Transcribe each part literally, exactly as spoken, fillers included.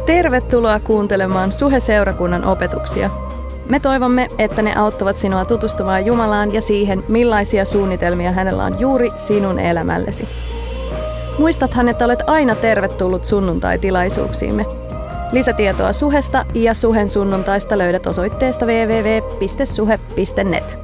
Tervetuloa kuuntelemaan Suhe-seurakunnan opetuksia. Me toivomme, että ne auttavat sinua tutustumaan Jumalaan ja siihen, millaisia suunnitelmia hänellä on juuri sinun elämällesi. Muistathan, että olet aina tervetullut sunnuntai-tilaisuuksiimme. Lisätietoa Suhesta ja Suhen sunnuntaista löydät osoitteesta double-u double-u double-u piste suhe piste net.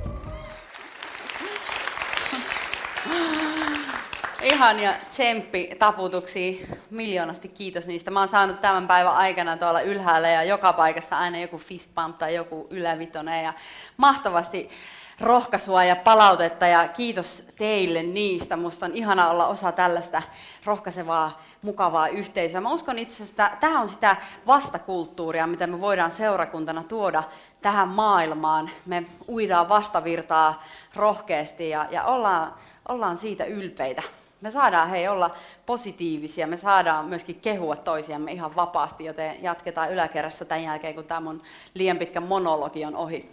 Ihania tsemppi-taputuksia. Miljoonasti kiitos niistä. Mä oon saanut tämän päivän aikana tuolla ylhäällä ja joka paikassa aina joku fist bump tai joku ylävitonen. Ja mahtavasti rohkaisua ja palautetta ja kiitos teille niistä. Musta on ihana olla osa tällaista rohkaisevaa, mukavaa yhteisöä. Mä uskon itse asiassa, että tämä on sitä vastakulttuuria, mitä me voidaan seurakuntana tuoda tähän maailmaan. Me uidaan vastavirtaa rohkeasti ja, ja ollaan, ollaan siitä ylpeitä. Me saadaan hei olla positiivisia, me saadaan myöskin kehua toisiamme ihan vapaasti, joten jatketaan yläkerrassa tämän jälkeen, kun tämä mun liian pitkä monologi on ohi.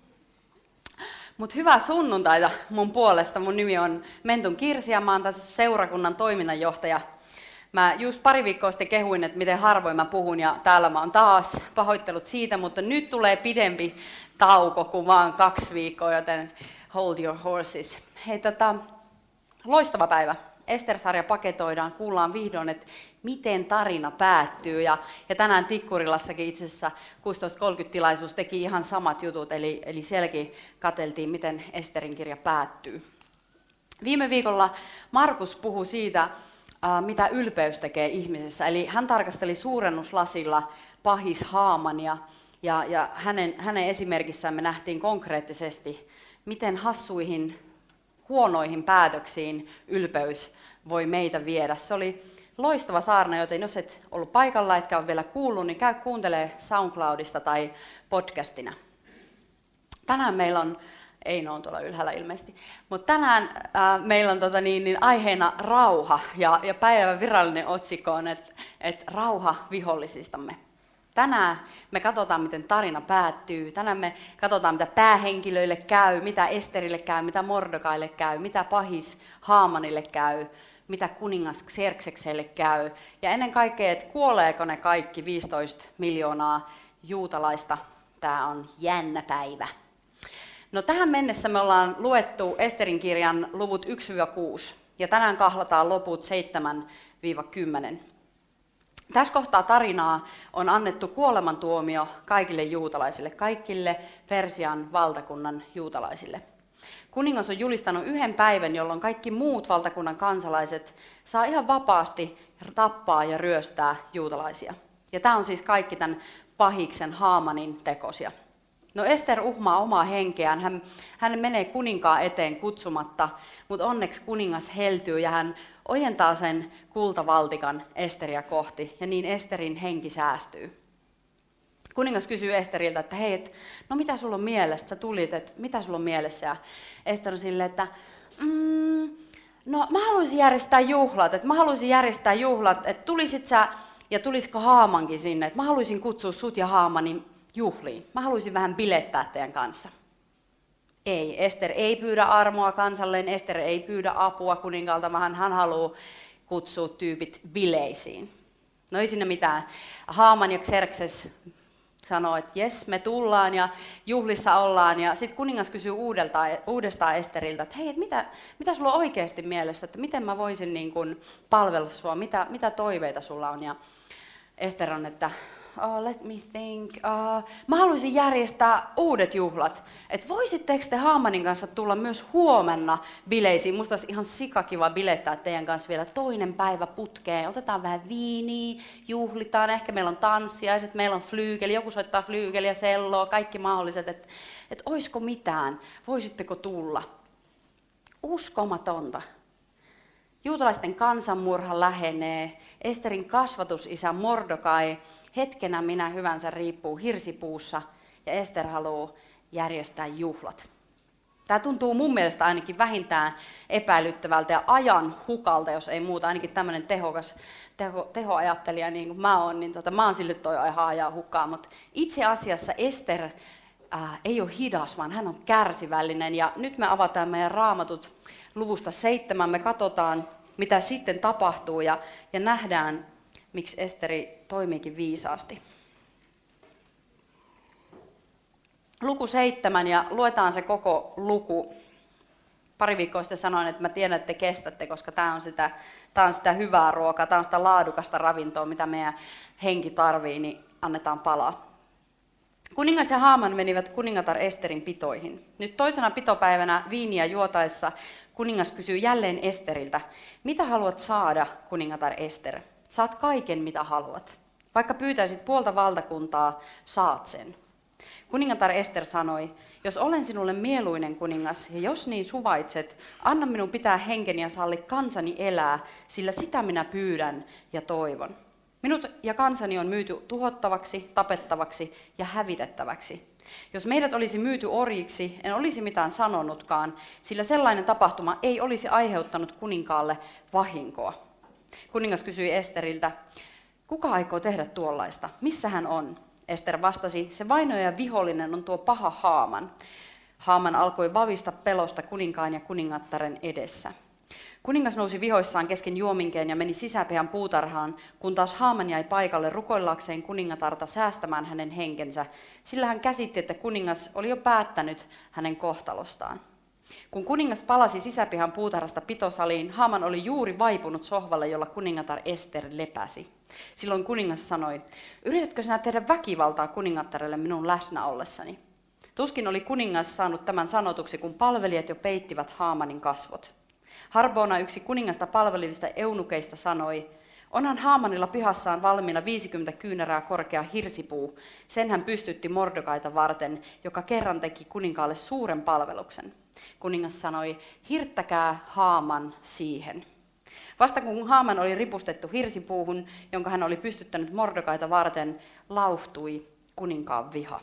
Mutta hyvää sunnuntaita mun puolesta. Mun nimi on Mentun Kirsi ja mä oon tässä seurakunnan toiminnanjohtaja. Mä just pari viikkoa sitten kehuin, että miten harvoin mä puhun ja täällä mä oon taas pahoittelut siitä, mutta nyt tulee pidempi tauko kuin vaan kaksi viikkoa, joten hold your horses. Hei, tota, loistava päivä. Ester-sarja paketoidaan, kuullaan vihdoin, että miten tarina päättyy. Ja, ja tänään Tikkurilassakin itse asiassa kuusitoista kolmekymmentä tilaisuus teki ihan samat jutut, eli, eli sielläkin katseltiin, miten Esterin kirja päättyy. Viime viikolla Markus puhui siitä, mitä ylpeys tekee ihmisessä. Eli hän tarkasteli suurennuslasilla pahis Haamania, ja, ja hänen, hänen esimerkissään me nähtiin konkreettisesti, miten hassuihin, huonoihin päätöksiin ylpeys voi meitä viedä. Se oli loistava saarna, joten jos et ollut paikalla, etkä ole vielä kuullut, niin käy kuuntelemaan SoundCloudista tai podcastina. Tänään meillä on, ei ne on tuolla ylhäällä ilmeisesti, mutta tänään äh, meillä on tota niin, niin aiheena rauha ja, ja päivän virallinen otsikko on, että et rauha vihollisistamme. Tänään me katsotaan, miten tarina päättyy. Tänään me katsotaan, mitä päähenkilöille käy, mitä Esterille käy, mitä Mordokaille käy, mitä pahis Haamanille käy, mitä kuningas Xerxekselle käy. Ja ennen kaikkea, että kuoleeko ne kaikki viisitoista miljoonaa juutalaista. Tämä on jännä päivä. No tähän mennessä me ollaan luettu Esterin kirjan luvut yksi kuusi ja tänään kahlataan loput seitsemän kymmenen. Tässä kohtaa tarinaa on annettu kuolemantuomio kaikille juutalaisille, kaikille Persian valtakunnan juutalaisille. Kuningas on julistanut yhden päivän, jolloin kaikki muut valtakunnan kansalaiset saa ihan vapaasti tappaa ja ryöstää juutalaisia. Ja tämä on siis kaikki tämän pahiksen Haamanin tekosia. No Ester uhmaa omaa henkeään, hän, hän menee kuninkaan eteen kutsumatta, mutta onneksi kuningas heltyy ja hän ojentaa sen kultavaltikan Esteriä kohti ja niin Esterin henki säästyy. Kuningas kysyy Esteriltä, että hei, et, no mitä sulla on mielessä, sä tulit, että mitä sulla on mielessä? Ja Ester on silleen, että mm, no mä haluaisin järjestää juhlat, että mä haluaisin järjestää juhlat, että tulisit sä ja tulisiko Haamankin sinne, että mä haluaisin kutsua sut ja Haamanin juhliin. Mä haluaisin vähän bilettää teidän kanssa. Ei, Ester ei pyydä armoa kansalleen, Ester ei pyydä apua kuninkaalta, vaan hän haluaa kutsua tyypit bileisiin. No ei sinne mitään. Haaman ja Xerxes sanoo, että jes, me tullaan ja juhlissa ollaan. Ja sitten kuningas kysyy uudestaan Esteriltä, että hei, et mitä, mitä sulla on oikeasti mielessä, että miten mä voisin niin kun palvella sua, mitä, mitä toiveita sulla on. Ja Ester on, että Oh, let me think. Uh, mä haluaisin järjestää uudet juhlat. Et voisitteko te Haamanin kanssa tulla myös huomenna bileisiin? Musta olisi ihan sikakiva bilettää teidän kanssa vielä toinen päivä putkeen. Otetaan vähän viiniä, juhlitaan. Ehkä meillä on tanssiaiset, meillä on flyykeli. Joku soittaa flyykeliä, selloa, kaikki mahdolliset. Että et oisko mitään? Voisitteko tulla? Uskomatonta. Juutalaisten kansanmurha lähenee. Esterin kasvatusisä Mordokai hetkenä minä hyvänsä riippuu hirsipuussa ja Ester haluaa järjestää juhlat. Tämä tuntuu mun mielestä ainakin vähintään epäilyttävältä ja ajan hukalta, jos ei muuta. Ainakin tämmöinen tehokas, teho, tehoajattelija niin kuin mä oon, niin tota, mä oon sille toi ihan ajan hukkaa. Mutta itse asiassa Ester äh, ei ole hidas, vaan hän on kärsivällinen. Ja nyt me avataan meidän raamatut luvusta seitsemän. Me katsotaan, mitä sitten tapahtuu ja, ja nähdään miksi Esteri toimiikin viisaasti. Luku seitsemän, ja luetaan se koko luku. Pari viikkoa sitten sanoin, että mä tiedän, että te kestätte, koska tämä on sitä, tämä on sitä hyvää ruokaa, tämä on sitä laadukasta ravintoa, mitä meidän henki tarvii, niin annetaan palaa. Kuningas ja Haaman menivät kuningatar Esterin pitoihin. Nyt toisena pitopäivänä viiniä juotaessa kuningas kysyy jälleen Esteriltä, mitä haluat saada, kuningatar Ester? Saat kaiken, mitä haluat. Vaikka pyytäisit puolta valtakuntaa, saat sen. Kuningatar Ester sanoi, jos olen sinulle mieluinen kuningas, ja jos niin suvaitset, anna minun pitää henkeni ja salli kansani elää, sillä sitä minä pyydän ja toivon. Minut ja kansani on myyty tuhottavaksi, tapettavaksi ja hävitettäväksi. Jos meidät olisi myyty orjiksi, en olisi mitään sanonutkaan, sillä sellainen tapahtuma ei olisi aiheuttanut kuninkaalle vahinkoa. Kuningas kysyi Esteriltä, kuka aikoo tehdä tuollaista? Missä hän on? Ester vastasi, se vainoja ja vihollinen on tuo paha Haaman. Haaman alkoi vavista pelosta kuninkaan ja kuningattaren edessä. Kuningas nousi vihoissaan kesken juominkeen ja meni sisäpihan puutarhaan, kun taas Haaman jäi paikalle rukoillakseen kuningatarta säästämään hänen henkensä, sillä hän käsitti, että kuningas oli jo päättänyt hänen kohtalostaan. Kun kuningas palasi sisäpihan puutarhasta pitosaliin, Haaman oli juuri vaipunut sohvalle, jolla kuningatar Ester lepäsi. Silloin kuningas sanoi, yritätkö sinä tehdä väkivaltaa kuningattarelle minun läsnä ollessani? Tuskin oli kuningas saanut tämän sanotuksi, kun palvelijat jo peittivät Haamanin kasvot. Harbona, yksi kuningasta palvelivista eunukeista, sanoi, onhan Haamanilla pihassaan valmiina viisikymmentä kyynärää korkea hirsipuu. Sen hän pystytti Mordokaita varten, joka kerran teki kuninkaalle suuren palveluksen. Kuningas sanoi, hirttäkää Haaman siihen. Vasta kun Haaman oli ripustettu hirsipuuhun, jonka hän oli pystyttänyt Mordokaita varten, lauhtui kuninkaan viha.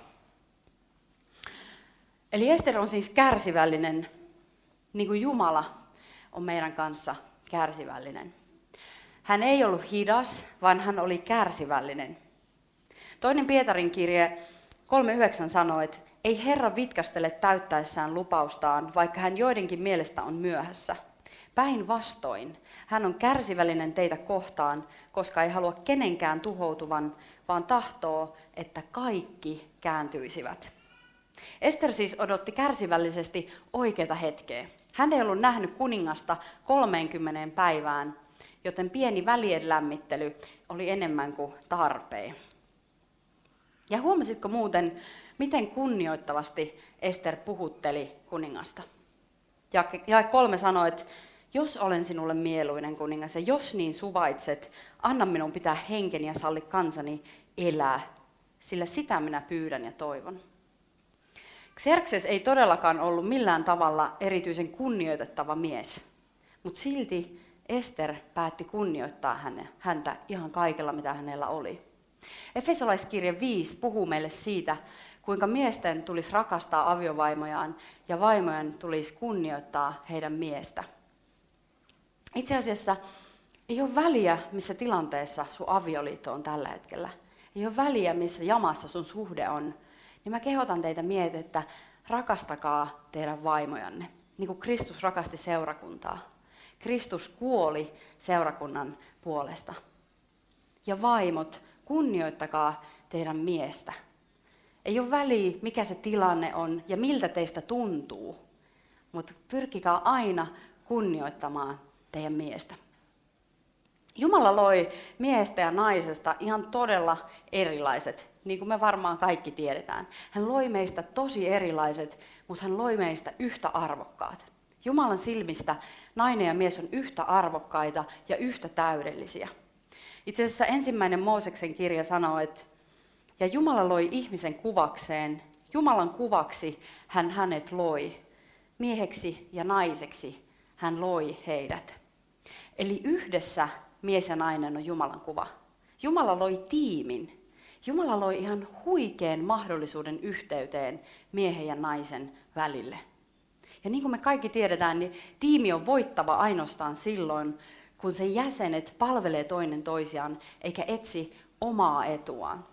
Eli Ester on siis kärsivällinen, niin kuin Jumala on meidän kanssa kärsivällinen. Hän ei ollut hidas, vaan hän oli kärsivällinen. Toinen Pietarin kirje kolme yhdeksän sanoo, että ei Herra vitkastele täyttäessään lupaustaan, vaikka hän joidenkin mielestä on myöhässä. Päinvastoin, hän on kärsivällinen teitä kohtaan, koska ei halua kenenkään tuhoutuvan, vaan tahtoo, että kaikki kääntyisivät. Ester siis odotti kärsivällisesti oikeata hetkeä. Hän ei ollut nähnyt kuningasta kolmeenkymmeneen päivään, joten pieni välien lämmittely oli enemmän kuin tarpeen. Ja huomasitko muuten, miten kunnioittavasti Ester puhutteli kuningasta? Jae kolme sanoi, että jos olen sinulle mieluinen kuningas ja jos niin suvaitset, anna minun pitää henkeni ja salli kansani elää, sillä sitä minä pyydän ja toivon. Xerxes ei todellakaan ollut millään tavalla erityisen kunnioitettava mies, mutta silti Ester päätti kunnioittaa häntä ihan kaikella, mitä hänellä oli. Efesolaiskirje viisi puhuu meille siitä, kuinka miesten tulisi rakastaa aviovaimojaan ja vaimojen tulisi kunnioittaa heidän miestä. Itse asiassa ei ole väliä, missä tilanteessa sun avioliitto on tällä hetkellä. Ei ole väliä, missä jamassa sun suhde on. Niin mä kehotan teitä miettiä, että rakastakaa teidän vaimojanne, niin kuin Kristus rakasti seurakuntaa. Kristus kuoli seurakunnan puolesta. Ja vaimot, kunnioittakaa teidän miestä. Ei ole väliä, mikä se tilanne on ja miltä teistä tuntuu, mutta pyrkikää aina kunnioittamaan teidän miestä. Jumala loi miestä ja naisesta ihan todella erilaiset, niin kuin me varmaan kaikki tiedetään. Hän loi meistä tosi erilaiset, mutta hän loi meistä yhtä arvokkaat. Jumalan silmistä nainen ja mies on yhtä arvokkaita ja yhtä täydellisiä. Itse asiassa ensimmäinen Mooseksen kirja sanoo, että ja Jumala loi ihmisen kuvakseen, Jumalan kuvaksi hän hänet loi, mieheksi ja naiseksi hän loi heidät. Eli yhdessä mies ja nainen on Jumalan kuva. Jumala loi tiimin. Jumala loi ihan huikean mahdollisuuden yhteyteen miehen ja naisen välille. Ja niin kuin me kaikki tiedetään, niin tiimi on voittava ainoastaan silloin, kun sen jäsenet palvelee toinen toisiaan, eikä etsi omaa etuaan.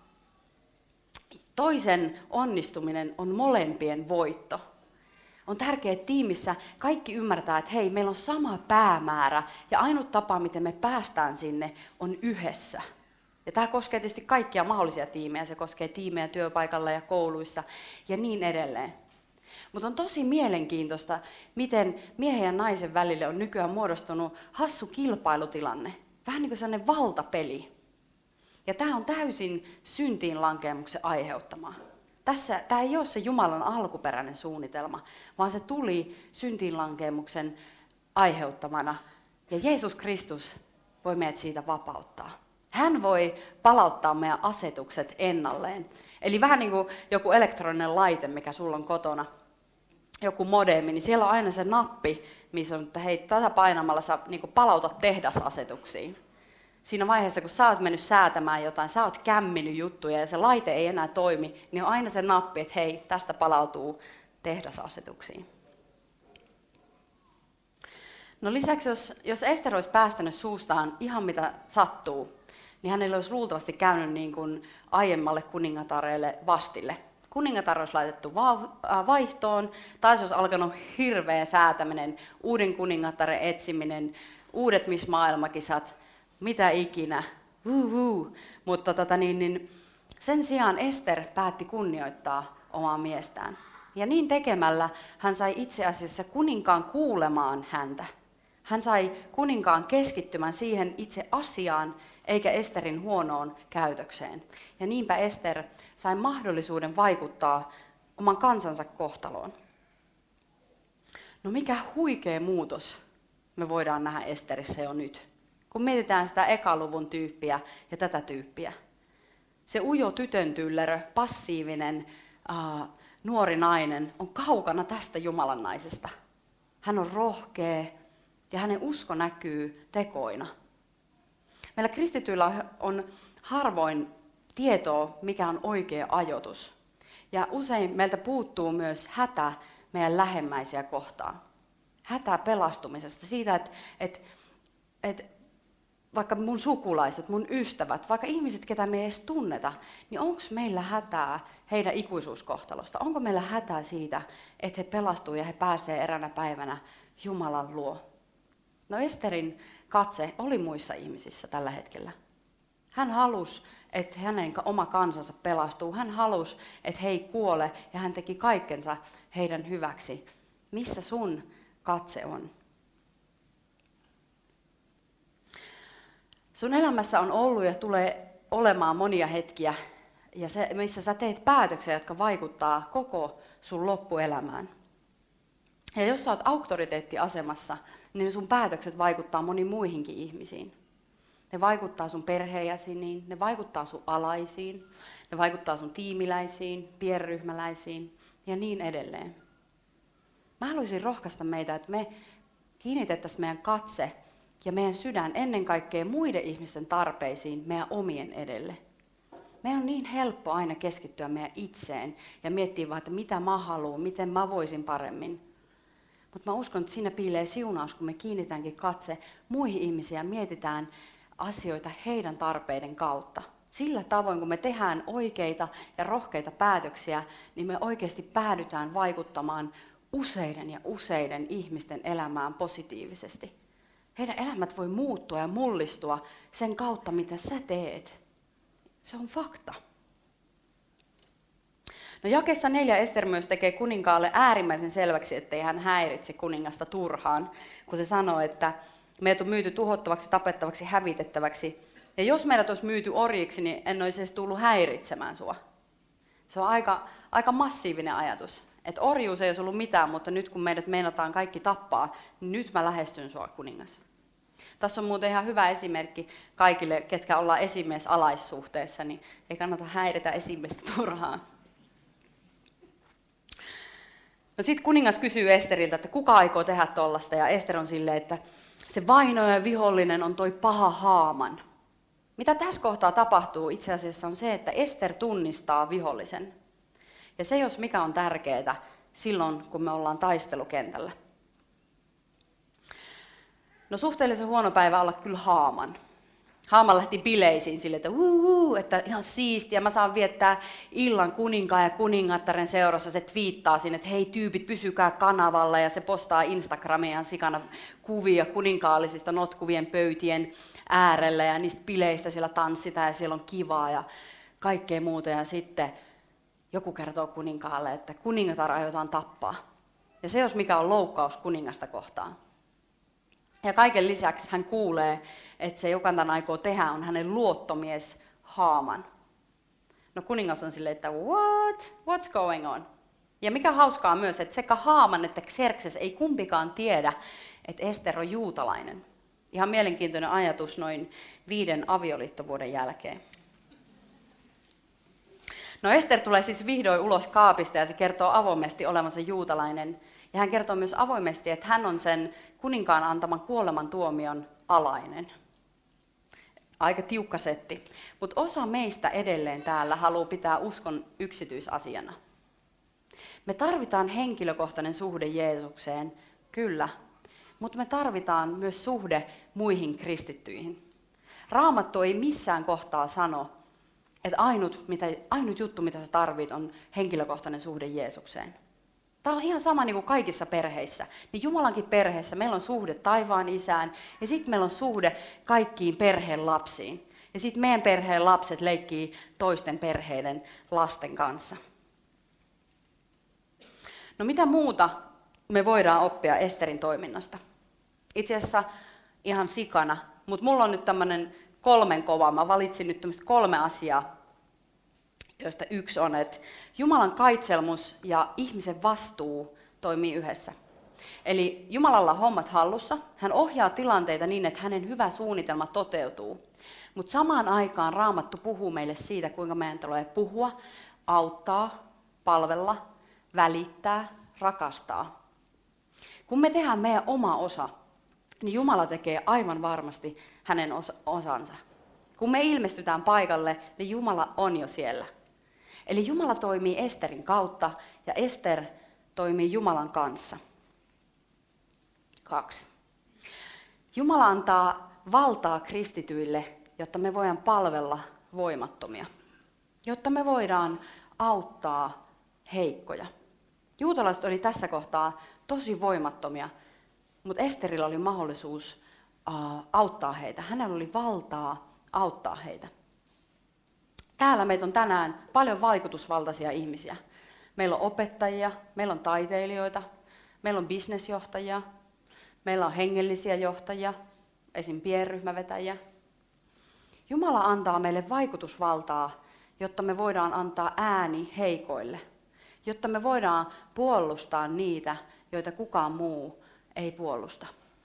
Toisen onnistuminen on molempien voitto. On tärkeää, että tiimissä kaikki ymmärtää, että hei, meillä on sama päämäärä ja ainut tapa, miten me päästään sinne, on yhdessä. Ja tämä koskee tietysti kaikkia mahdollisia tiimejä. Se koskee tiimejä työpaikalla ja kouluissa ja niin edelleen. Mutta on tosi mielenkiintoista, miten miehen ja naisen välille on nykyään muodostunut hassu kilpailutilanne. Vähän niin kuin sellainen valtapeli. Ja tämä on täysin syntiin lankeemuksen aiheuttama. Tässä, tämä ei ole se Jumalan alkuperäinen suunnitelma, vaan se tuli syntiin lankeemuksen aiheuttamana. Ja Jeesus Kristus voi meidät siitä vapauttaa. Hän voi palauttaa meidän asetukset ennalleen. Eli vähän niin kuin joku elektroninen laite, mikä sulla on kotona, joku modemi, niin siellä on aina se nappi, missä on, että hei, tätä painamalla sä niin kuin palautat tehdasasetuksiin. Siinä vaiheessa, kun sä oot mennyt säätämään jotain, sä oot kämminyt juttuja ja se laite ei enää toimi, niin on aina se nappi, että hei, tästä palautuu tehdasasetuksiin. No lisäksi, jos, jos Ester olisi päästänyt suustaan ihan mitä sattuu, niin hänellä olisi luultavasti käynyt niin kuin aiemmalle kuningatarelle vastille. Kuningatar olisi laitettu vaihtoon, tai olisi alkanut hirveä säätäminen, uuden kuningattaren etsiminen, uudet Miss Maailmakisat, mitä ikinä. Uhuhu. Mutta tota niin, niin sen sijaan Ester päätti kunnioittaa omaa miestään. Ja niin tekemällä hän sai itse asiassa kuninkaan kuulemaan häntä. Hän sai kuninkaan keskittymään siihen itse asiaan, eikä Esterin huonoon käytökseen. Ja niinpä Ester sai mahdollisuuden vaikuttaa oman kansansa kohtaloon. No mikä huikea muutos me voidaan nähdä Esterissä jo nyt, kun mietitään sitä ekaluvun tyyppiä ja tätä tyyppiä. Se ujo tytöntyllerö, passiivinen, äh, nuori nainen on kaukana tästä Jumalan naisesta. Hän on rohkea ja hänen usko näkyy tekoina. Meillä kristityillä on harvoin tietoa, mikä on oikea ajoitus. Ja usein meiltä puuttuu myös hätä meidän lähemmäisiä kohtaan. Hätä pelastumisesta, siitä, että, että, että vaikka mun sukulaiset, mun ystävät, vaikka ihmiset, ketä me ei edes tunneta, niin onko meillä hätää heidän ikuisuuskohtalosta? Onko meillä hätää siitä, että he pelastuu ja he pääsee eräänä päivänä Jumalan luo? No Esterin katse oli muissa ihmisissä tällä hetkellä. Hän halusi, että hänen oma kansansa pelastuu. Hän halusi, että he ei kuole ja hän teki kaikkensa heidän hyväksi. Missä sun katse on? Sun elämässä on ollut ja tulee olemaan monia hetkiä, ja se, missä sä teet päätöksiä, jotka vaikuttaa koko sun loppuelämään. Ja jos sä oot auktoriteettiasemassa, niin sun päätökset vaikuttaa moniin muihinkin ihmisiin. Ne vaikuttaa sun perheenjäseniin, ne vaikuttaa sun alaisiin, ne vaikuttaa sun tiimiläisiin, pienryhmäläisiin ja niin edelleen. Mä haluaisin rohkaista meitä, että me kiinnitettäisiin meidän katse ja meidän sydän ennen kaikkea muiden ihmisten tarpeisiin meidän omien edelle. Meidän on niin helppo aina keskittyä meidän itseen ja miettiä vaan, että mitä mä haluan, miten mä voisin paremmin. Mutta mä uskon, että siinä piilee siunaus, kun me kiinnitäänkin katse muihin ihmisiin ja mietitään asioita heidän tarpeiden kautta. Sillä tavoin, kun me tehdään oikeita ja rohkeita päätöksiä, niin me oikeasti päädytään vaikuttamaan useiden ja useiden ihmisten elämään positiivisesti. Heidän elämät voi muuttua ja mullistua sen kautta, mitä sä teet. Se on fakta. No jakeessa neljä Ester myös tekee kuninkaalle äärimmäisen selväksi, ettei hän häiritse kuningasta turhaan, kun se sanoo, että meidät on myyty tuhottavaksi, tapettavaksi, hävitettäväksi. Ja jos meidät olisi myyty orjiksi, niin en olisi edes tullut häiritsemään sua. Se on aika, aika massiivinen ajatus. Että orjuus ei olisi ollut mitään, mutta nyt kun meidät meinataan kaikki tappaa, niin nyt mä lähestyn sua, kuningas. Tässä on muuten ihan hyvä esimerkki kaikille, ketkä ollaan esimies-alaissuhteessa, niin ei kannata häiritä esimiestä turhaan. No sitten kuningas kysyy Esteriltä, että kuka aikoo tehdä tollasta, ja Ester on silleen, että se vainoja vihollinen on toi paha Haaman. Mitä tässä kohtaa tapahtuu itse asiassa on se, että Ester tunnistaa vihollisen. Ja se jos mikä on tärkeää silloin, kun me ollaan taistelukentällä. No suhteellisen huono päivä olla kyllä Haaman. Haaman lähti bileisiin sille, että, uhuhu, että ihan siistiä, mä saan viettää illan kuninkaan ja kuningattaren seurassa. Se twiittaa sinne, että hei tyypit, pysykää kanavalla, ja se postaa Instagramiin ihan sikana kuvia kuninkaallisista notkuvien pöytien äärellä ja niistä bileistä siellä tanssitaan ja siellä on kivaa ja kaikkea muuta. Ja sitten joku kertoo kuninkaalle, että kuningatar aiotaan tappaa. Ja se jos mikä on loukkaus kuningasta kohtaan. Ja kaiken lisäksi hän kuulee, että se joka tämän aikoo tehdä on hänen luottomies Haaman. No kuningas on silleen, että what? What's going on? Ja mikä hauskaa myös, että sekä Haaman että Xerxes ei kumpikaan tiedä, että Ester on juutalainen. Ihan mielenkiintoinen ajatus noin viiden avioliittovuoden jälkeen. No Ester tulee siis vihdoin ulos kaapista ja se kertoo avoimesti olevansa juutalainen. Ja hän kertoo myös avoimesti, että hän on sen kuninkaan antaman kuolemantuomion alainen. Aika tiukka setti. Mutta osa meistä edelleen täällä haluaa pitää uskon yksityisasiana. Me tarvitaan henkilökohtainen suhde Jeesukseen, kyllä. Mutta me tarvitaan myös suhde muihin kristittyihin. Raamattu ei missään kohtaa sano, että ainut, mitä, ainut juttu, mitä sä tarvit, on henkilökohtainen suhde Jeesukseen. Tämä on ihan sama niin kuin kaikissa perheissä. Niin Jumalankin perheessä meillä on suhde taivaan isään ja sitten meillä on suhde kaikkiin perheen lapsiin. Ja sitten meidän perheen lapset leikkii toisten perheiden lasten kanssa. No mitä muuta me voidaan oppia Esterin toiminnasta? Itse asiassa ihan sikana, mutta mulla on nyt tämmöinen kolmen kova. Mä valitsin nyt tämmöistä kolme asiaa, joista yksi on, että Jumalan kaitselmus ja ihmisen vastuu toimii yhdessä. Eli Jumalalla on hommat hallussa, hän ohjaa tilanteita niin, että hänen hyvä suunnitelma toteutuu. Mutta samaan aikaan Raamattu puhuu meille siitä, kuinka meidän tulee puhua, auttaa, palvella, välittää, rakastaa. Kun me tehdään meidän oma osa, niin Jumala tekee aivan varmasti hänen osansa. Kun me ilmestytään paikalle, niin Jumala on jo siellä. Eli Jumala toimii Esterin kautta ja Ester toimii Jumalan kanssa. Kaksi. Jumala antaa valtaa kristityille, jotta me voidaan palvella voimattomia. Jotta me voidaan auttaa heikkoja. Juutalaiset oli tässä kohtaa tosi voimattomia, mutta Esterillä oli mahdollisuus auttaa heitä. Hänellä oli valtaa auttaa heitä. Täällä meitä on tänään paljon vaikutusvaltaisia ihmisiä. Meillä on opettajia, meillä on taiteilijoita, meillä on bisnesjohtajia, meillä on hengellisiä johtajia, esim. Pienryhmävetäjiä. Jumala antaa meille vaikutusvaltaa, jotta me voidaan antaa ääni heikoille, jotta me voidaan puolustaa niitä, joita kukaan muu ei puolusta.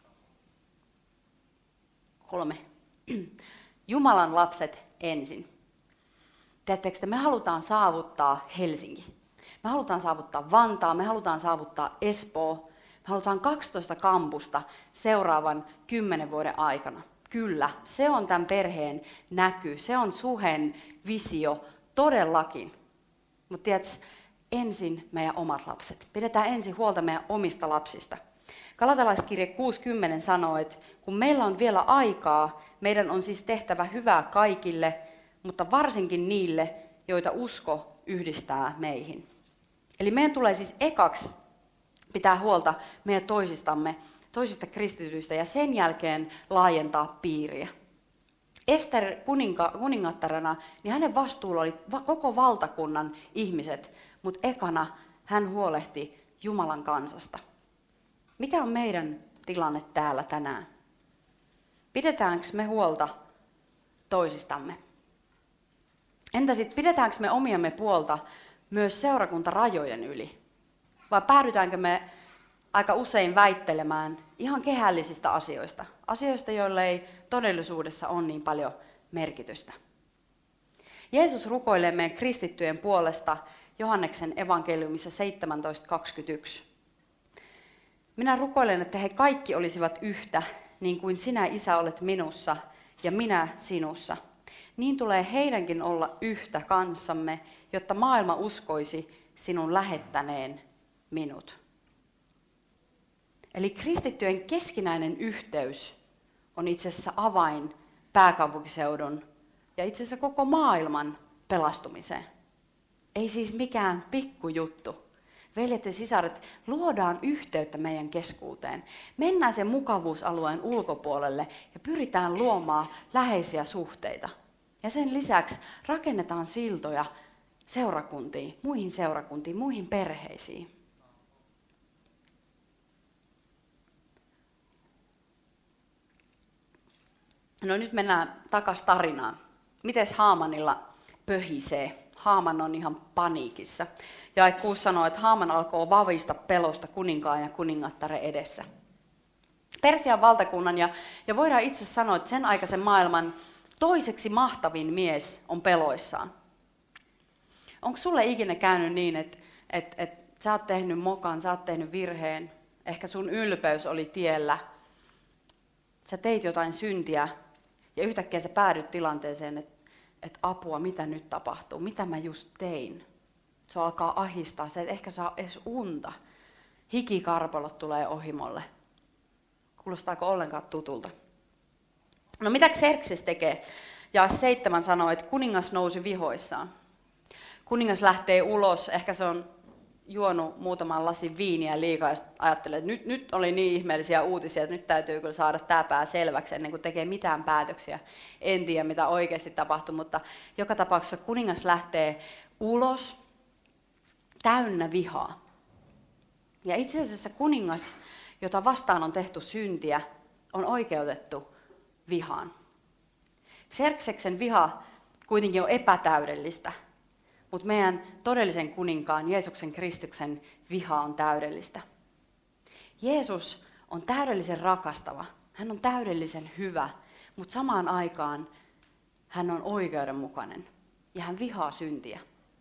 Kolme. Jumalan lapset ensin. Tiedättekö, että me halutaan saavuttaa Helsinki. Me halutaan saavuttaa Vantaa, me halutaan saavuttaa Espoo. Me halutaan kaksitoista kampusta seuraavan kymmenen vuoden aikana. Kyllä, se on tämän perheen näky, se on Suhen visio todellakin. Mutta tiedätkö, ensin meidän omat lapset. Pidetään ensin huolta meidän omista lapsista. Galatalaiskirje kuusi kymmenen sanoo, että kun meillä on vielä aikaa, meidän on siis tehtävä hyvää kaikille, mutta varsinkin niille, joita usko yhdistää meihin. Eli meidän tulee siis ekaksi pitää huolta meidän toisistamme, toisista kristityistä ja sen jälkeen laajentaa piiriä. Ester kuninga, kuningattarana, niin hänen vastuulla oli va- koko valtakunnan ihmiset, mutta ekana hän huolehti Jumalan kansasta. Mikä on meidän tilanne täällä tänään? Pidetäänkö me huolta toisistamme? Entä sitten pidetäänkö me omiamme puolta myös seurakuntarajojen yli? Vai päädytäänkö me aika usein väittelemään ihan kehällisistä asioista? Asioista, joille ei todellisuudessa ole niin paljon merkitystä. Jeesus rukoilee meidän kristittyjen puolesta Johanneksen evankeliumissa seitsemäntoista kaksikymmentäyksi. Minä rukoilen, että he kaikki olisivat yhtä, niin kuin sinä, Isä, olet minussa ja minä sinussa. Niin tulee heidänkin olla yhtä kanssamme, jotta maailma uskoisi sinun lähettäneen minut. Eli kristittyjen keskinäinen yhteys on itse asiassa avain pääkaupunkiseudun ja itse asiassa koko maailman pelastumiseen. Ei siis mikään pikkujuttu. veljet ja sisaret, luodaan yhteyttä meidän keskuuteen. Mennään sen mukavuusalueen ulkopuolelle ja pyritään luomaan läheisiä suhteita. Ja sen lisäksi rakennetaan siltoja seurakuntiin, muihin seurakuntiin, muihin perheisiin. No nyt mennään takaisin tarinaan. Mites Haamanilla pöhisee? Haaman on ihan paniikissa. Ja kuusi sanoo, että Haaman alkoi vavista pelosta kuninkaan ja kuningattaren edessä. Persian valtakunnan ja, ja voidaan itse sanoa, että sen aikaisen maailman toiseksi mahtavin mies on peloissaan. Onko sulle ikinä käynyt niin, että, että, että sä oot tehnyt mokan, sä oot tehnyt virheen, ehkä sun ylpeys oli tiellä, sä teit jotain syntiä ja yhtäkkiä sä päädyt tilanteeseen, että, että apua, mitä nyt tapahtuu, mitä mä just tein. Se alkaa ahistaa, sä et ehkä saa edes unta. Hikikarpalot tulee ohimolle. Kuulostaako ollenkaan tutulta? No mitä Xerxes tekee? Ja seitsemän sanoo, että kuningas nousi vihoissaan. Kuningas lähtee ulos, ehkä se on juonut muutaman lasin viiniä liikaa ja ajattelee, että nyt, nyt oli niin ihmeellisiä uutisia, että nyt täytyy kyllä saada tämä pää selväksi ennen kuin tekee mitään päätöksiä. En tiedä, mitä oikeasti tapahtui, mutta joka tapauksessa kuningas lähtee ulos täynnä vihaa. Ja itse asiassa kuningas, jota vastaan on tehty syntiä, on oikeutettu vihaan. Xerxeksen viha kuitenkin on epätäydellistä, mutta meidän todellisen kuninkaan, Jeesuksen Kristuksen viha on täydellistä. Jeesus on täydellisen rakastava, hän on täydellisen hyvä, mutta samaan aikaan hän on oikeudenmukainen ja hän vihaa syntiä.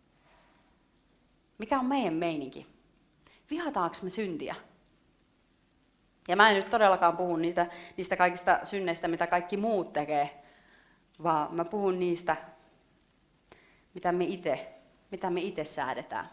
Mikä on meidän meininki? Vihataanko me syntiä? Ja mä en nyt todellakaan puhu niistä, niistä kaikista synneistä, mitä kaikki muut tekee, vaan mä puhun niistä, mitä me itse mitä me itse säädetään.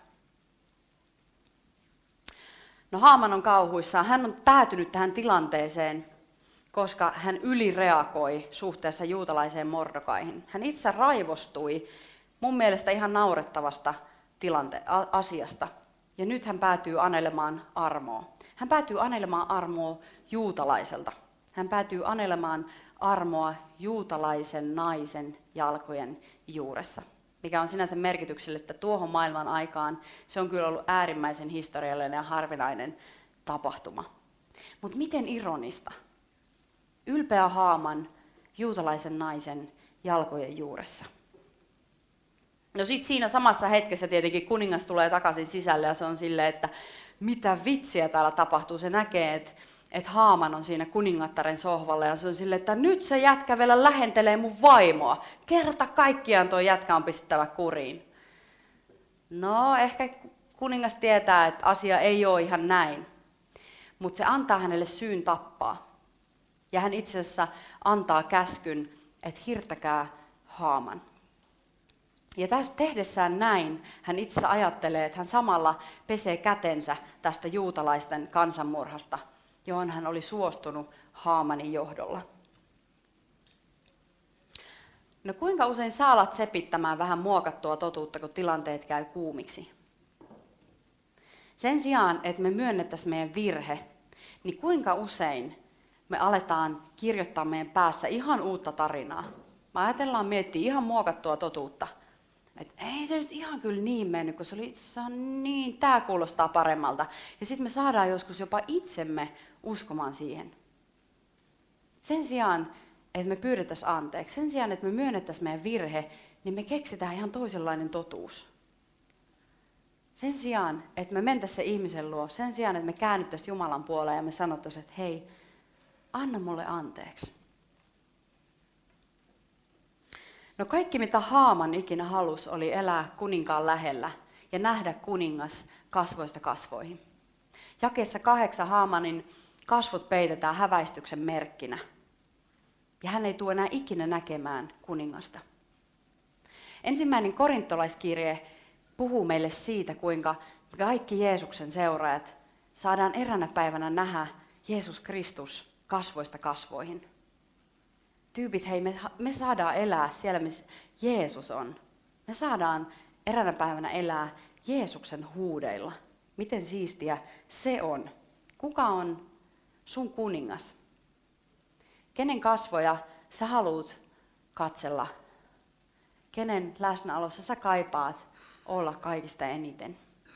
No Haaman on kauhuissaan. Hän on päätynyt tähän tilanteeseen, koska hän ylireagoi suhteessa juutalaiseen Mordokaihin. Hän itse raivostui mun mielestä ihan naurettavasta tilante- asiasta. Ja nyt hän päätyy anelemaan armoa. Hän päätyy anelemaan armoa juutalaiselta. Hän päätyy anelemaan armoa juutalaisen naisen jalkojen juuressa. Mikä on sinänsä merkityksellistä tuohon maailman aikaan. Se on kyllä ollut äärimmäisen historiallinen ja harvinainen tapahtuma. Mutta miten ironista? Ylpeä Haaman juutalaisen naisen jalkojen juuressa. No sit siinä samassa hetkessä tietenkin kuningas tulee takaisin sisälle ja se on silleen, että mitä vitsiä täällä tapahtuu. Se näkee, että että Haaman on siinä kuningattaren sohvalla ja se on silleen, että nyt se jätkä vielä lähentelee mun vaimoa. Kerta kaikkiaan tuo jätkä on pistettävä kuriin. No, ehkä kuningas tietää, että asia ei ole ihan näin, mutta se antaa hänelle syyn tappaa. Ja hän itse asiassa antaa käskyn, että hirttäkää Haaman. Ja tässä tehdessään näin, hän itse ajattelee, että hän samalla pesee kätensä tästä juutalaisten kansanmurhasta, johon hän oli suostunut Haamanin johdolla. No kuinka usein sä alat sepittämään vähän muokattua totuutta, kun tilanteet käy kuumiksi? Sen sijaan, että me myönnettäisiin meidän virhe, niin kuinka usein me aletaan kirjoittaa meidän päässä ihan uutta tarinaa? Me ajatellaan miettiä ihan muokattua totuutta. Että ei se nyt ihan kyllä niin mennyt, kun se oli itse asiassa niin, tämä kuulostaa paremmalta. Ja sitten me saadaan joskus jopa itsemme uskomaan siihen. Sen sijaan, että me pyydettäisiin anteeksi, sen sijaan, että me myönnettäisiin meidän virhe, niin me keksitään ihan toisenlainen totuus. Sen sijaan, että me mentäisiin se ihmisen luo, sen sijaan, että me käännyttäisiin Jumalan puoleen ja me sanottaisiin, että hei, anna mulle anteeksi. No kaikki, mitä Haaman ikinä halusi, oli elää kuninkaan lähellä ja nähdä kuningas kasvoista kasvoihin. Jakeessa kahdeksan Haamanin kasvot peitetään häväistyksen merkkinä. Ja hän ei tule enää ikinä näkemään kuningasta. Ensimmäinen korintolaiskirje puhuu meille siitä, kuinka kaikki Jeesuksen seuraajat saadaan eräänä päivänä nähdä Jeesus Kristus kasvoista kasvoihin. Tyypit, hei, me, me saadaan elää siellä, missä Jeesus on. Me saadaan eräänä päivänä elää Jeesuksen huudeilla. Miten siistiä se on? Kuka on sun kuningas? Kenen kasvoja sä haluut katsella? Kenen läsnäolossa sä kaipaat olla kaikista eniten?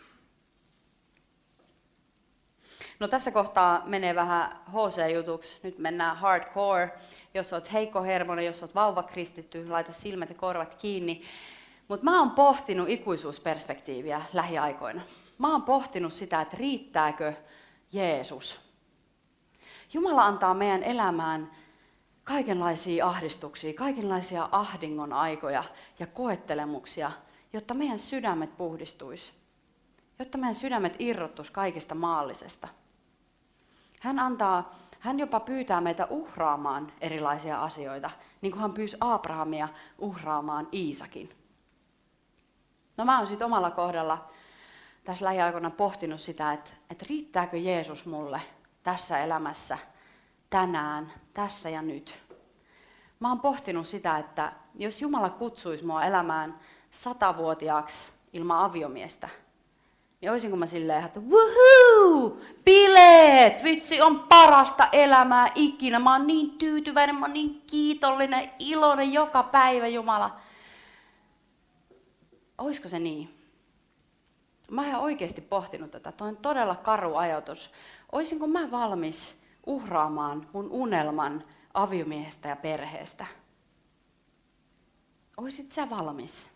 No tässä kohtaa menee vähän H C-jutuksi. Nyt mennään hardcore. Jos oot heikkohermoinen, jos oot vauvakristitty, laita silmät ja korvat kiinni. Mutta mä oon pohtinut ikuisuusperspektiiviä lähiaikoina. Mä oon pohtinut sitä, että riittääkö Jeesus. Jumala antaa meidän elämään kaikenlaisia ahdistuksia, kaikenlaisia ahdingon aikoja ja koettelemuksia, jotta meidän sydämet puhdistuisi, jotta meidän sydämet irrottuisi kaikista maallisesta. Hän antaa, hän jopa pyytää meitä uhraamaan erilaisia asioita, niin kuin hän pyysi Abrahamia uhraamaan Iisakin. No mä oon sitten omalla kohdalla tässä lähiaikoina pohtinut sitä, että, että riittääkö Jeesus mulle tässä elämässä, tänään, tässä ja nyt. Mä oon pohtinut sitä, että jos Jumala kutsuisi mua elämään satavuotiaaksi ilman aviomiestä, niin olisinko mä silleen, että wuhuu, bileet, vitsi on parasta elämää ikinä. Mä oon niin tyytyväinen, mä oon niin kiitollinen, iloinen joka päivä, Jumala. Olisiko se niin? Mä oon ihan oikeasti pohtinut tätä. Toi on todella karu ajatus. Oisinko mä valmis uhraamaan mun unelman aviomiehestä ja perheestä? Oisit sä valmis?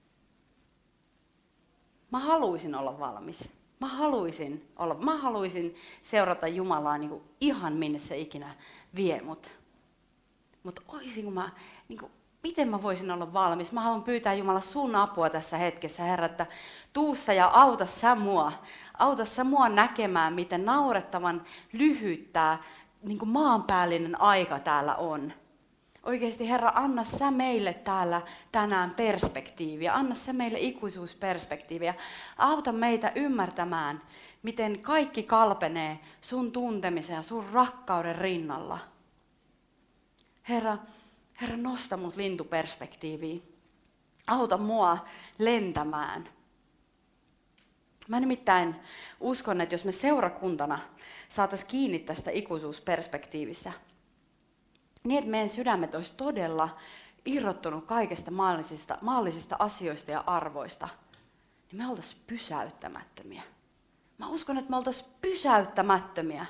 Mä haluaisin olla valmis. Mä haluaisin, olla, mä haluaisin seurata Jumalaa niin kuin ihan minne se ikinä vie mut. Mutta oisinko mä, niin kuin, miten mä voisin olla valmis? Mä haluan pyytää Jumala sun apua tässä hetkessä, Herra, että tuu sä ja auta sä mua. Auta sä mua näkemään, miten naurettavan lyhyt tää niin kuin maanpäällinen aika täällä on. Oikeasti, Herra, anna sä meille täällä tänään perspektiiviä. Anna sä meille ikuisuusperspektiiviä. Auta meitä ymmärtämään, miten kaikki kalpenee sun tuntemisen ja sun rakkauden rinnalla. Herra, Herra, nosta mut lintuperspektiiviin. Auta mua lentämään. Mä nimittäin uskon, että jos me seurakuntana saataisiin kiinni tästä ikuisuusperspektiivissä, niin että meidän sydämet olisi todella irrottunut kaikista maallisista, maallisista asioista ja arvoista, niin me oltaisiin pysäyttämättömiä. Mä uskon, että me oltaisiin pysäyttämättömiä.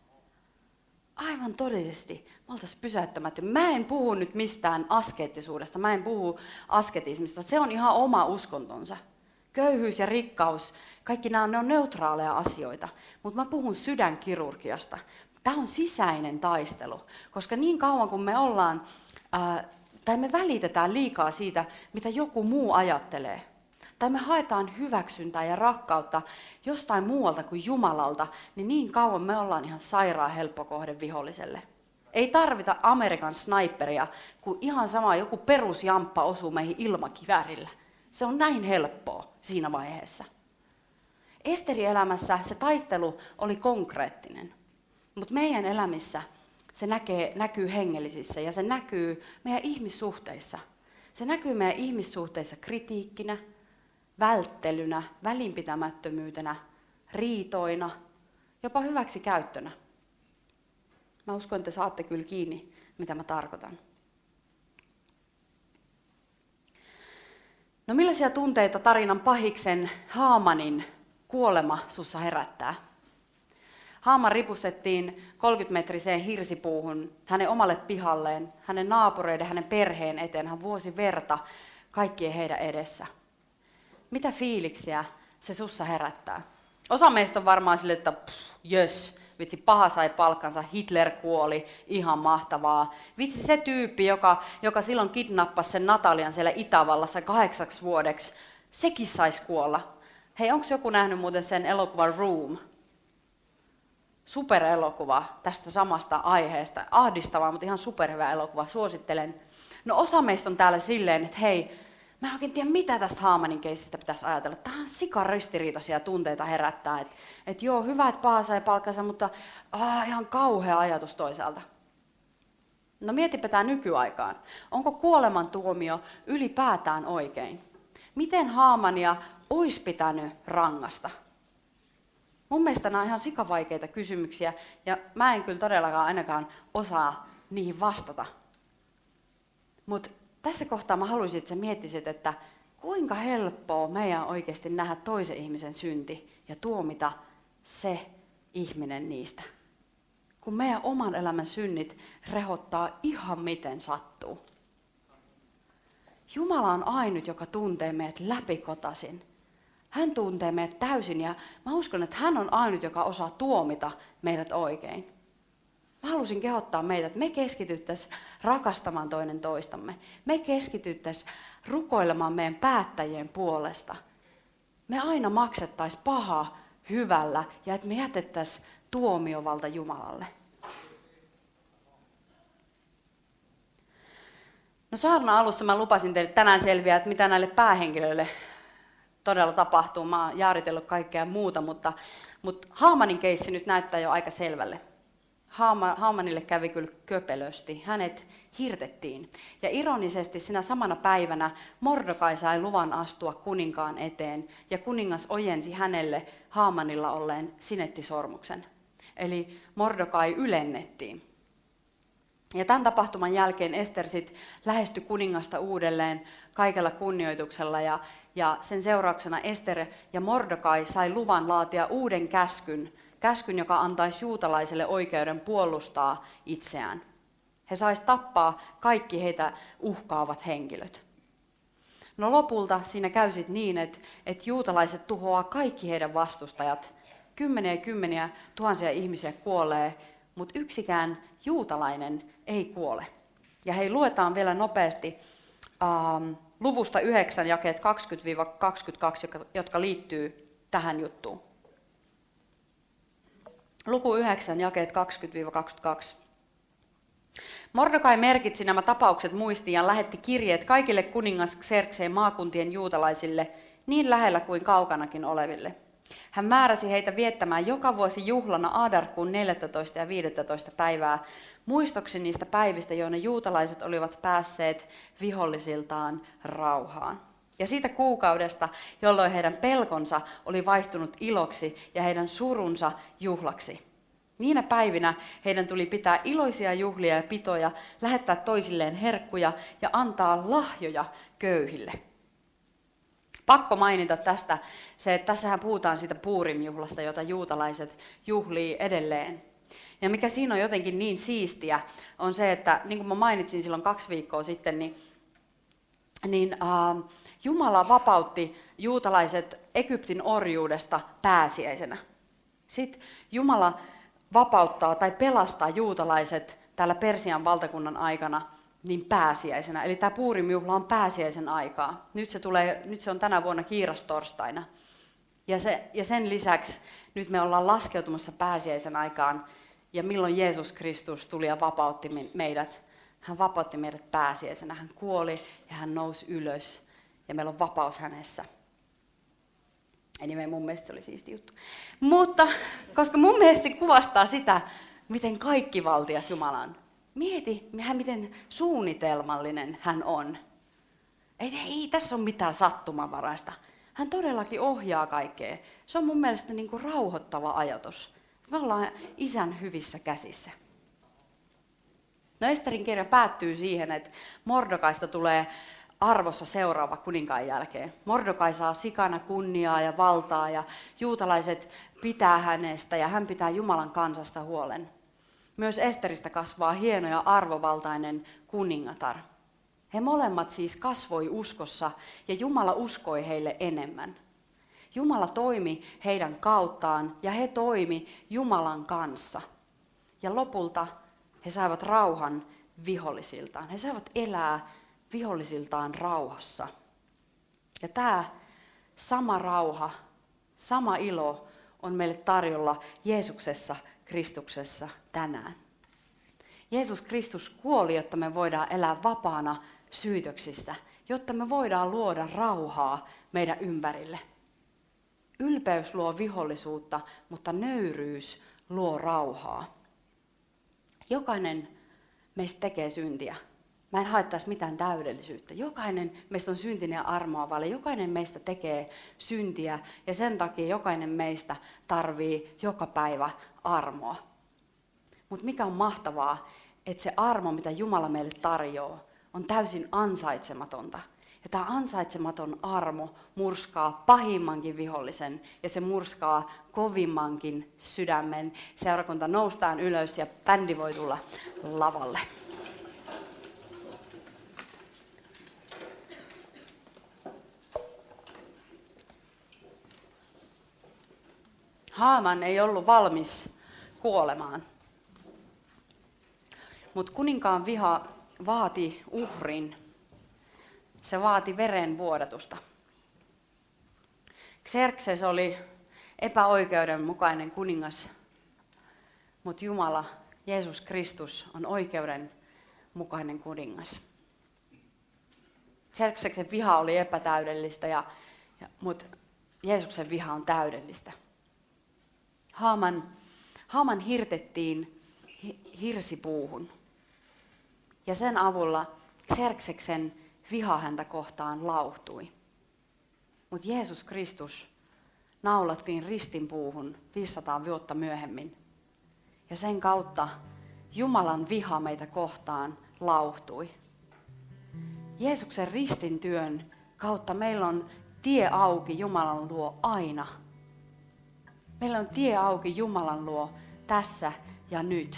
Aivan todellisesti me oltaisiin pysäyttämättömiä. Mä en puhu nyt mistään askeettisuudesta, mä en puhu asketismista. Se on ihan oma uskontonsa. Köyhyys ja rikkaus, kaikki nämä ne on neutraaleja asioita, mutta mä puhun sydänkirurgiasta. Tämä on sisäinen taistelu, koska niin kauan kun me ollaan, ää, tai me välitetään liikaa siitä, mitä joku muu ajattelee, tai me haetaan hyväksyntää ja rakkautta jostain muualta kuin Jumalalta, niin niin kauan me ollaan ihan sairaan helppo kohde viholliselle. Ei tarvita Amerikan sniperia, kun ihan sama joku perusjamppa osuu meihin ilmakiväärillä. Se on näin helppoa siinä vaiheessa. Esterin elämässä se taistelu oli konkreettinen. Mutta meidän elämissä se näkee, näkyy hengellisissä ja se näkyy meidän ihmissuhteissa. Se näkyy meidän ihmissuhteissa kritiikkinä, välttelynä, välinpitämättömyytenä, riitoina, jopa hyväksikäyttönä. Mä uskon, että te saatte kyllä kiinni, mitä mä tarkoitan. No millaisia tunteita tarinan pahiksen Haamanin kuolema sussa herättää? Haaman ripustettiin kolmekymmentämetriseen hirsipuuhun hänen omalle pihalleen, hänen naapureiden, hänen perheen eteen. Hän vuosi verta kaikkien heidän edessä. Mitä fiiliksiä se sussa herättää? Osa meistä on varmaan sille, että jös, vitsi paha sai palkkansa, Hitler kuoli, ihan mahtavaa. Vitsi se tyyppi, joka, joka silloin kidnappasi sen Natalian siellä Itävallassa kahdeksaksi vuodeksi, sekin saisi kuolla. Hei, onko joku nähnyt muuten sen elokuvan Room? Superelokuva tästä samasta aiheesta. Ahdistavaa, mutta ihan superhyvä elokuva. Suosittelen. No osa meistä on täällä silleen, että hei, mä en oikein tiedä, mitä tästä Haamanin keisistä pitäisi ajatella. Tämä on sikaristiriitaisia tunteita herättää. Että et joo, hyvä, että paha sai palkkansa, mutta aah, ihan kauhea ajatus toisaalta. No mietipä tämä nykyaikaan. Onko kuolemantuomio ylipäätään oikein? Miten Haamania olisi pitänyt rangasta? Mun mielestä nämä on ihan sikavaikeita kysymyksiä, ja mä en kyllä todellakaan ainakaan osaa niihin vastata. Mutta tässä kohtaa mä haluaisin, että sä miettisit, että kuinka helppoa meidän oikeasti nähdä toisen ihmisen synti ja tuomita se ihminen niistä. Kun meidän oman elämän synnit rehottaa ihan miten sattuu. Jumala on ainut, joka tuntee meidät läpikotaisin. Hän tuntee meidät täysin ja mä uskon, että hän on ainut, joka osaa tuomita meidät oikein. Mä halusin kehottaa meitä, että me keskityttäisiin rakastamaan toinen toistamme. Me keskityttäisiin rukoilemaan meidän päättäjien puolesta. Me aina maksettaisiin paha hyvällä ja että me jätettäisiin tuomiovalta Jumalalle. No saarnan alussa mä lupasin teille tänään selviää, että mitä näille päähenkilöille todella tapahtuu. Mä oon jaaritellut kaikkea muuta, mutta, mutta Haamanin keissi nyt näyttää jo aika selvälle. Haama, Haamanille kävi kyllä köpelösti. Hänet hirtettiin. Ja ironisesti sinä samana päivänä Mordokai sai luvan astua kuninkaan eteen. Ja kuningas ojensi hänelle Haamanilla olleen sinettisormuksen. Eli Mordokai ylennettiin. Ja tämän tapahtuman jälkeen Ester sit lähestyi kuningasta uudelleen kaikella kunnioituksella. Ja, ja sen seurauksena Ester ja Mordokai sai luvan laatia uuden käskyn. Käskyn, joka antaisi juutalaiselle oikeuden puolustaa itseään. He saisivat tappaa kaikki heitä uhkaavat henkilöt. No lopulta siinä käy sit niin, että, että juutalaiset tuhoaa kaikki heidän vastustajat. Kymmeniä ja kymmeniä tuhansia ihmisiä kuolee, mutta yksikään juutalainen ei kuole. Ja hei, luetaan vielä nopeasti ähm, luvusta yhdeksän jakeet kaksikymmentä kaksikymmentäkaksi, jotka, jotka liittyy tähän juttuun. Luku yhdeksän, jakeet kaksikymmentä kaksikymmentäkaksi. Mordokai merkitsi nämä tapaukset muistiin ja lähetti kirjeet kaikille kuningas Xerxeen maakuntien juutalaisille, niin lähellä kuin kaukanakin oleville. Hän määräsi heitä viettämään joka vuosi juhlana Adarkuun neljästoista ja viidestoista päivää, muistoksi niistä päivistä, joina juutalaiset olivat päässeet vihollisiltaan rauhaan. Ja siitä kuukaudesta, jolloin heidän pelkonsa oli vaihtunut iloksi ja heidän surunsa juhlaksi. Niinä päivinä heidän tuli pitää iloisia juhlia ja pitoja, lähettää toisilleen herkkuja ja antaa lahjoja köyhille. Pakko mainita tästä, se, että tässähän puhutaan siitä Puurim-juhlasta, jota juutalaiset juhlii edelleen. Ja mikä siinä on jotenkin niin siistiä, on se, että niin kuin mä mainitsin silloin kaksi viikkoa sitten, niin, niin äh, Jumala vapautti juutalaiset Egyptin orjuudesta pääsiäisenä. Sitten Jumala vapauttaa tai pelastaa juutalaiset täällä Persian valtakunnan aikana niin pääsiäisenä. Eli tämä Puurim-juhla on pääsiäisen aikaa. Nyt se, tulee, nyt se on tänä vuonna kiirastorstaina. Ja, se, ja sen lisäksi nyt me ollaan laskeutumassa pääsiäisen aikaan. Ja milloin Jeesus Kristus tuli ja vapautti meidät? Hän vapautti meidät pääsiäisenä. Hän kuoli ja hän nousi ylös. Ja meillä on vapaus hänessä. Anyway, mun mielestä se oli siisti juttu. Mutta, koska mun mielestä se kuvastaa sitä, miten kaikkivaltias Jumala on. Mieti, miten suunnitelmallinen hän on. Ei, ei tässä ole mitään sattumanvaraista. Hän todellakin ohjaa kaikkea. Se on mun mielestä niin kuin rauhoittava ajatus. Me ollaan Isän hyvissä käsissä. No Esterin kirja päättyy siihen, että Mordokaista tulee arvossa seuraava kuninkaan jälkeen. Mordokai saa sikana kunniaa ja valtaa ja juutalaiset pitää hänestä ja hän pitää Jumalan kansasta huolen. Myös Esteristä kasvaa hieno ja arvovaltainen kuningatar. He molemmat siis kasvoi uskossa ja Jumala uskoi heille enemmän. Jumala toimi heidän kauttaan ja he toimi Jumalan kanssa. Ja lopulta he saivat rauhan vihollisiltaan. He saivat elää vihollisiltaan rauhassa. Ja tämä sama rauha, sama ilo on meille tarjolla Jeesuksessa, Kristuksessa tänään. Jeesus Kristus kuoli, jotta me voidaan elää vapaana syytöksistä, jotta me voidaan luoda rauhaa meidän ympärille. Ylpeys luo vihollisuutta, mutta nöyryys luo rauhaa. Jokainen meistä tekee syntiä. Mä en haettaisi mitään täydellisyyttä. Jokainen meistä on syntinen ja armoavalle. Jokainen meistä tekee syntiä ja sen takia jokainen meistä tarvii joka päivä armoa. Mutta mikä on mahtavaa, että se armo, mitä Jumala meille tarjoaa, on täysin ansaitsematonta. Ja tämä ansaitsematon armo murskaa pahimmankin vihollisen ja se murskaa kovimmankin sydämen. Seurakunta, noustaan ylös ja bändi voi tulla lavalle. Haaman ei ollut valmis kuolemaan, mutta kuninkaan viha vaati uhrin. Se vaati verenvuodatusta. Xerxes oli epäoikeudenmukainen kuningas, mutta Jumala, Jeesus Kristus, on oikeudenmukainen kuningas. Xerxeksen viha oli epätäydellistä, ja, ja, mutta Jeesuksen viha on täydellistä. Haaman, Haaman hirtettiin hi, hirsipuuhun, ja sen avulla Xerxeksen viha häntä kohtaan lauhtui. Mutta Jeesus Kristus naulattiin ristinpuuhun viisisataa vuotta myöhemmin. Ja sen kautta Jumalan viha meitä kohtaan lauhtui. Jeesuksen ristintyön kautta meillä on tie auki Jumalan luo aina. Meillä on tie auki Jumalan luo tässä ja nyt.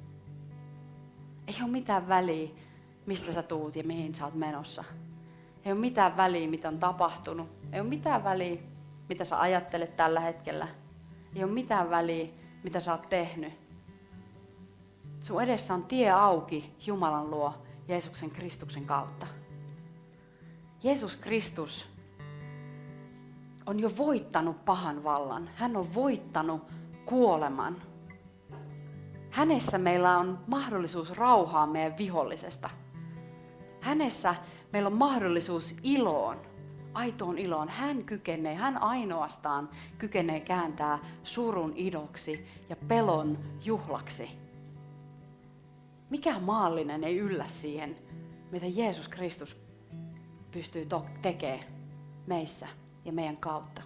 Ei ole mitään väliä, mistä sä tuut ja mihin sä oot menossa. Ei ole mitään väliä, mitä on tapahtunut. Ei ole mitään väliä, mitä sä ajattelet tällä hetkellä. Ei ole mitään väliä, mitä sä oot tehnyt. Sun edessä on tie auki Jumalan luo Jeesuksen Kristuksen kautta. Jeesus Kristus on jo voittanut pahan vallan. Hän on voittanut kuoleman. Hänessä meillä on mahdollisuus rauhaa meidän vihollisesta. Hänessä meillä on mahdollisuus iloon, aitoon iloon. Hän kykenee, hän ainoastaan kykenee kääntää surun iloksi ja pelon juhlaksi. Mikään maallinen ei yllä siihen, mitä Jeesus Kristus pystyy to- tekemään meissä ja meidän kautta.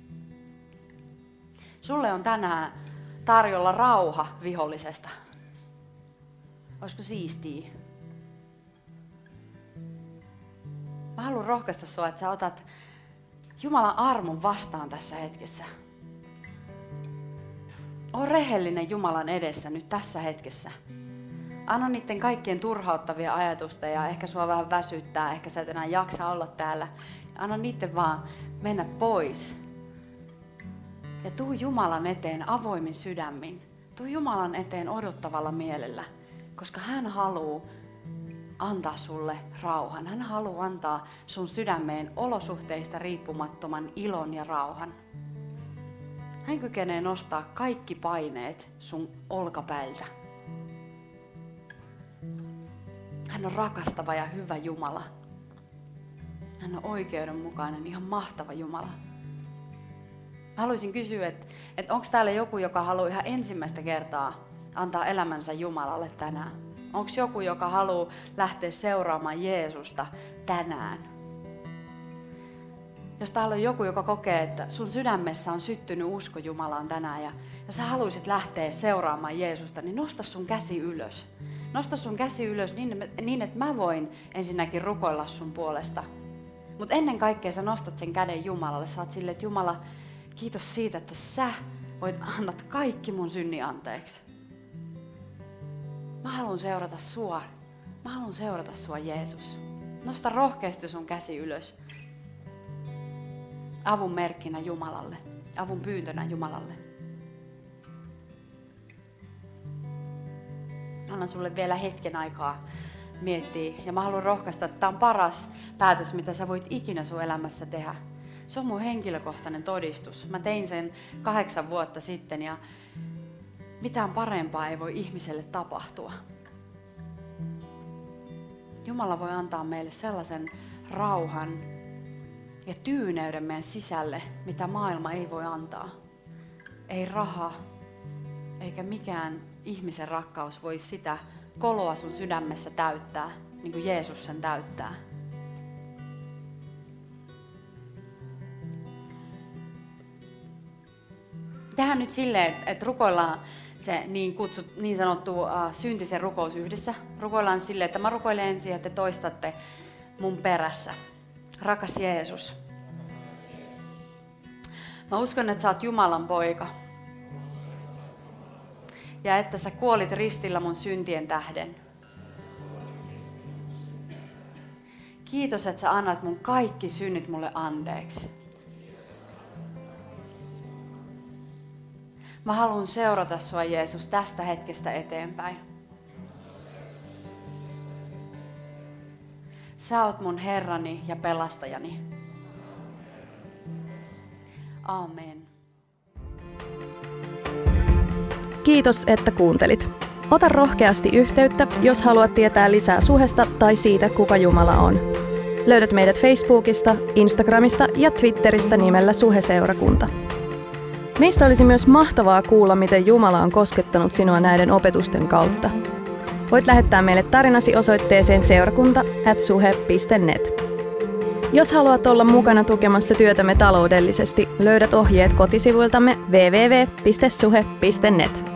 Sulle on tänään tarjolla rauha vihollisesta. Olisiko siistiä? Mä haluan rohkaista sua, että sä otat Jumalan armon vastaan tässä hetkessä. Oo rehellinen Jumalan edessä nyt tässä hetkessä. Anna niiden kaikkien turhauttavia ajatusta ja ehkä sua vähän väsyttää, ehkä sä et enää jaksa olla täällä. Anna niiden vaan mennä pois. Ja tuu Jumalan eteen avoimin sydämin. Tuu Jumalan eteen odottavalla mielellä, koska hän haluaa antaa sulle rauhan. Hän haluaa antaa sun sydämeen olosuhteista riippumattoman ilon ja rauhan. Hän kykenee nostaa kaikki paineet sun olkapäiltä. Hän on rakastava ja hyvä Jumala. Hän on oikeudenmukainen, ihan mahtava Jumala. Mä haluaisin kysyä, että, että onko täällä joku, joka haluaa ihan ensimmäistä kertaa antaa elämänsä Jumalalle tänään? Onko joku, joka haluaa lähteä seuraamaan Jeesusta tänään? Jos täällä on joku, joka kokee, että sun sydämessä on syttynyt usko Jumalaan tänään ja, ja sä haluaisit lähteä seuraamaan Jeesusta, niin nosta sun käsi ylös. Nosta sun käsi ylös niin, niin että mä voin ensinnäkin rukoilla sun puolesta. Mutta ennen kaikkea sä nostat sen käden Jumalalle. Sä oot silleen, että Jumala, kiitos siitä, että sä voit annat kaikki mun synnin anteeksi. Mä haluan seurata sua. Mä haluan seurata sua, Jeesus. Nosta rohkeasti sun käsi ylös. Avun merkkinä Jumalalle. Avun pyyntönä Jumalalle. Annan sulle vielä hetken aikaa miettiä. Ja mä haluan rohkaista, että tämä on paras päätös, mitä sä voit ikinä sun elämässä tehdä. Se on mun henkilökohtainen todistus. Mä tein sen kahdeksan vuotta sitten ja mitään parempaa ei voi ihmiselle tapahtua. Jumala voi antaa meille sellaisen rauhan ja tyyneyden meidän sisälle, mitä maailma ei voi antaa. Ei raha, eikä mikään ihmisen rakkaus voi sitä koloa sun sydämessä täyttää, niin kuin Jeesus sen täyttää. Tehdään nyt silleen, että, että rukoillaan se niin, kutsut, niin sanottu uh, syntisen rukous yhdessä. Rukoillaan silleen, että mä rukoilen ensin, että te toistatte mun perässä. Rakas Jeesus. Mä uskon, että sä oot Jumalan poika. Ja että sä kuolit ristillä mun syntien tähden. Kiitos, että sä annat mun kaikki synnit mulle anteeksi. Mä haluan seurata sua, Jeesus, tästä hetkestä eteenpäin. Sä oot mun Herrani ja pelastajani. Aamen. Kiitos, että kuuntelit. Ota rohkeasti yhteyttä, jos haluat tietää lisää Suhesta tai siitä, kuka Jumala on. Löydät meidät Facebookista, Instagramista ja Twitteristä nimellä Suhe-seurakunta. Meistä olisi myös mahtavaa kuulla, miten Jumala on koskettanut sinua näiden opetusten kautta. Voit lähettää meille tarinasi osoitteeseen seurakunta at suhe piste net. Jos haluat olla mukana tukemassa työtämme taloudellisesti, löydät ohjeet kotisivuiltamme double-u double-u double-u piste suhe piste net.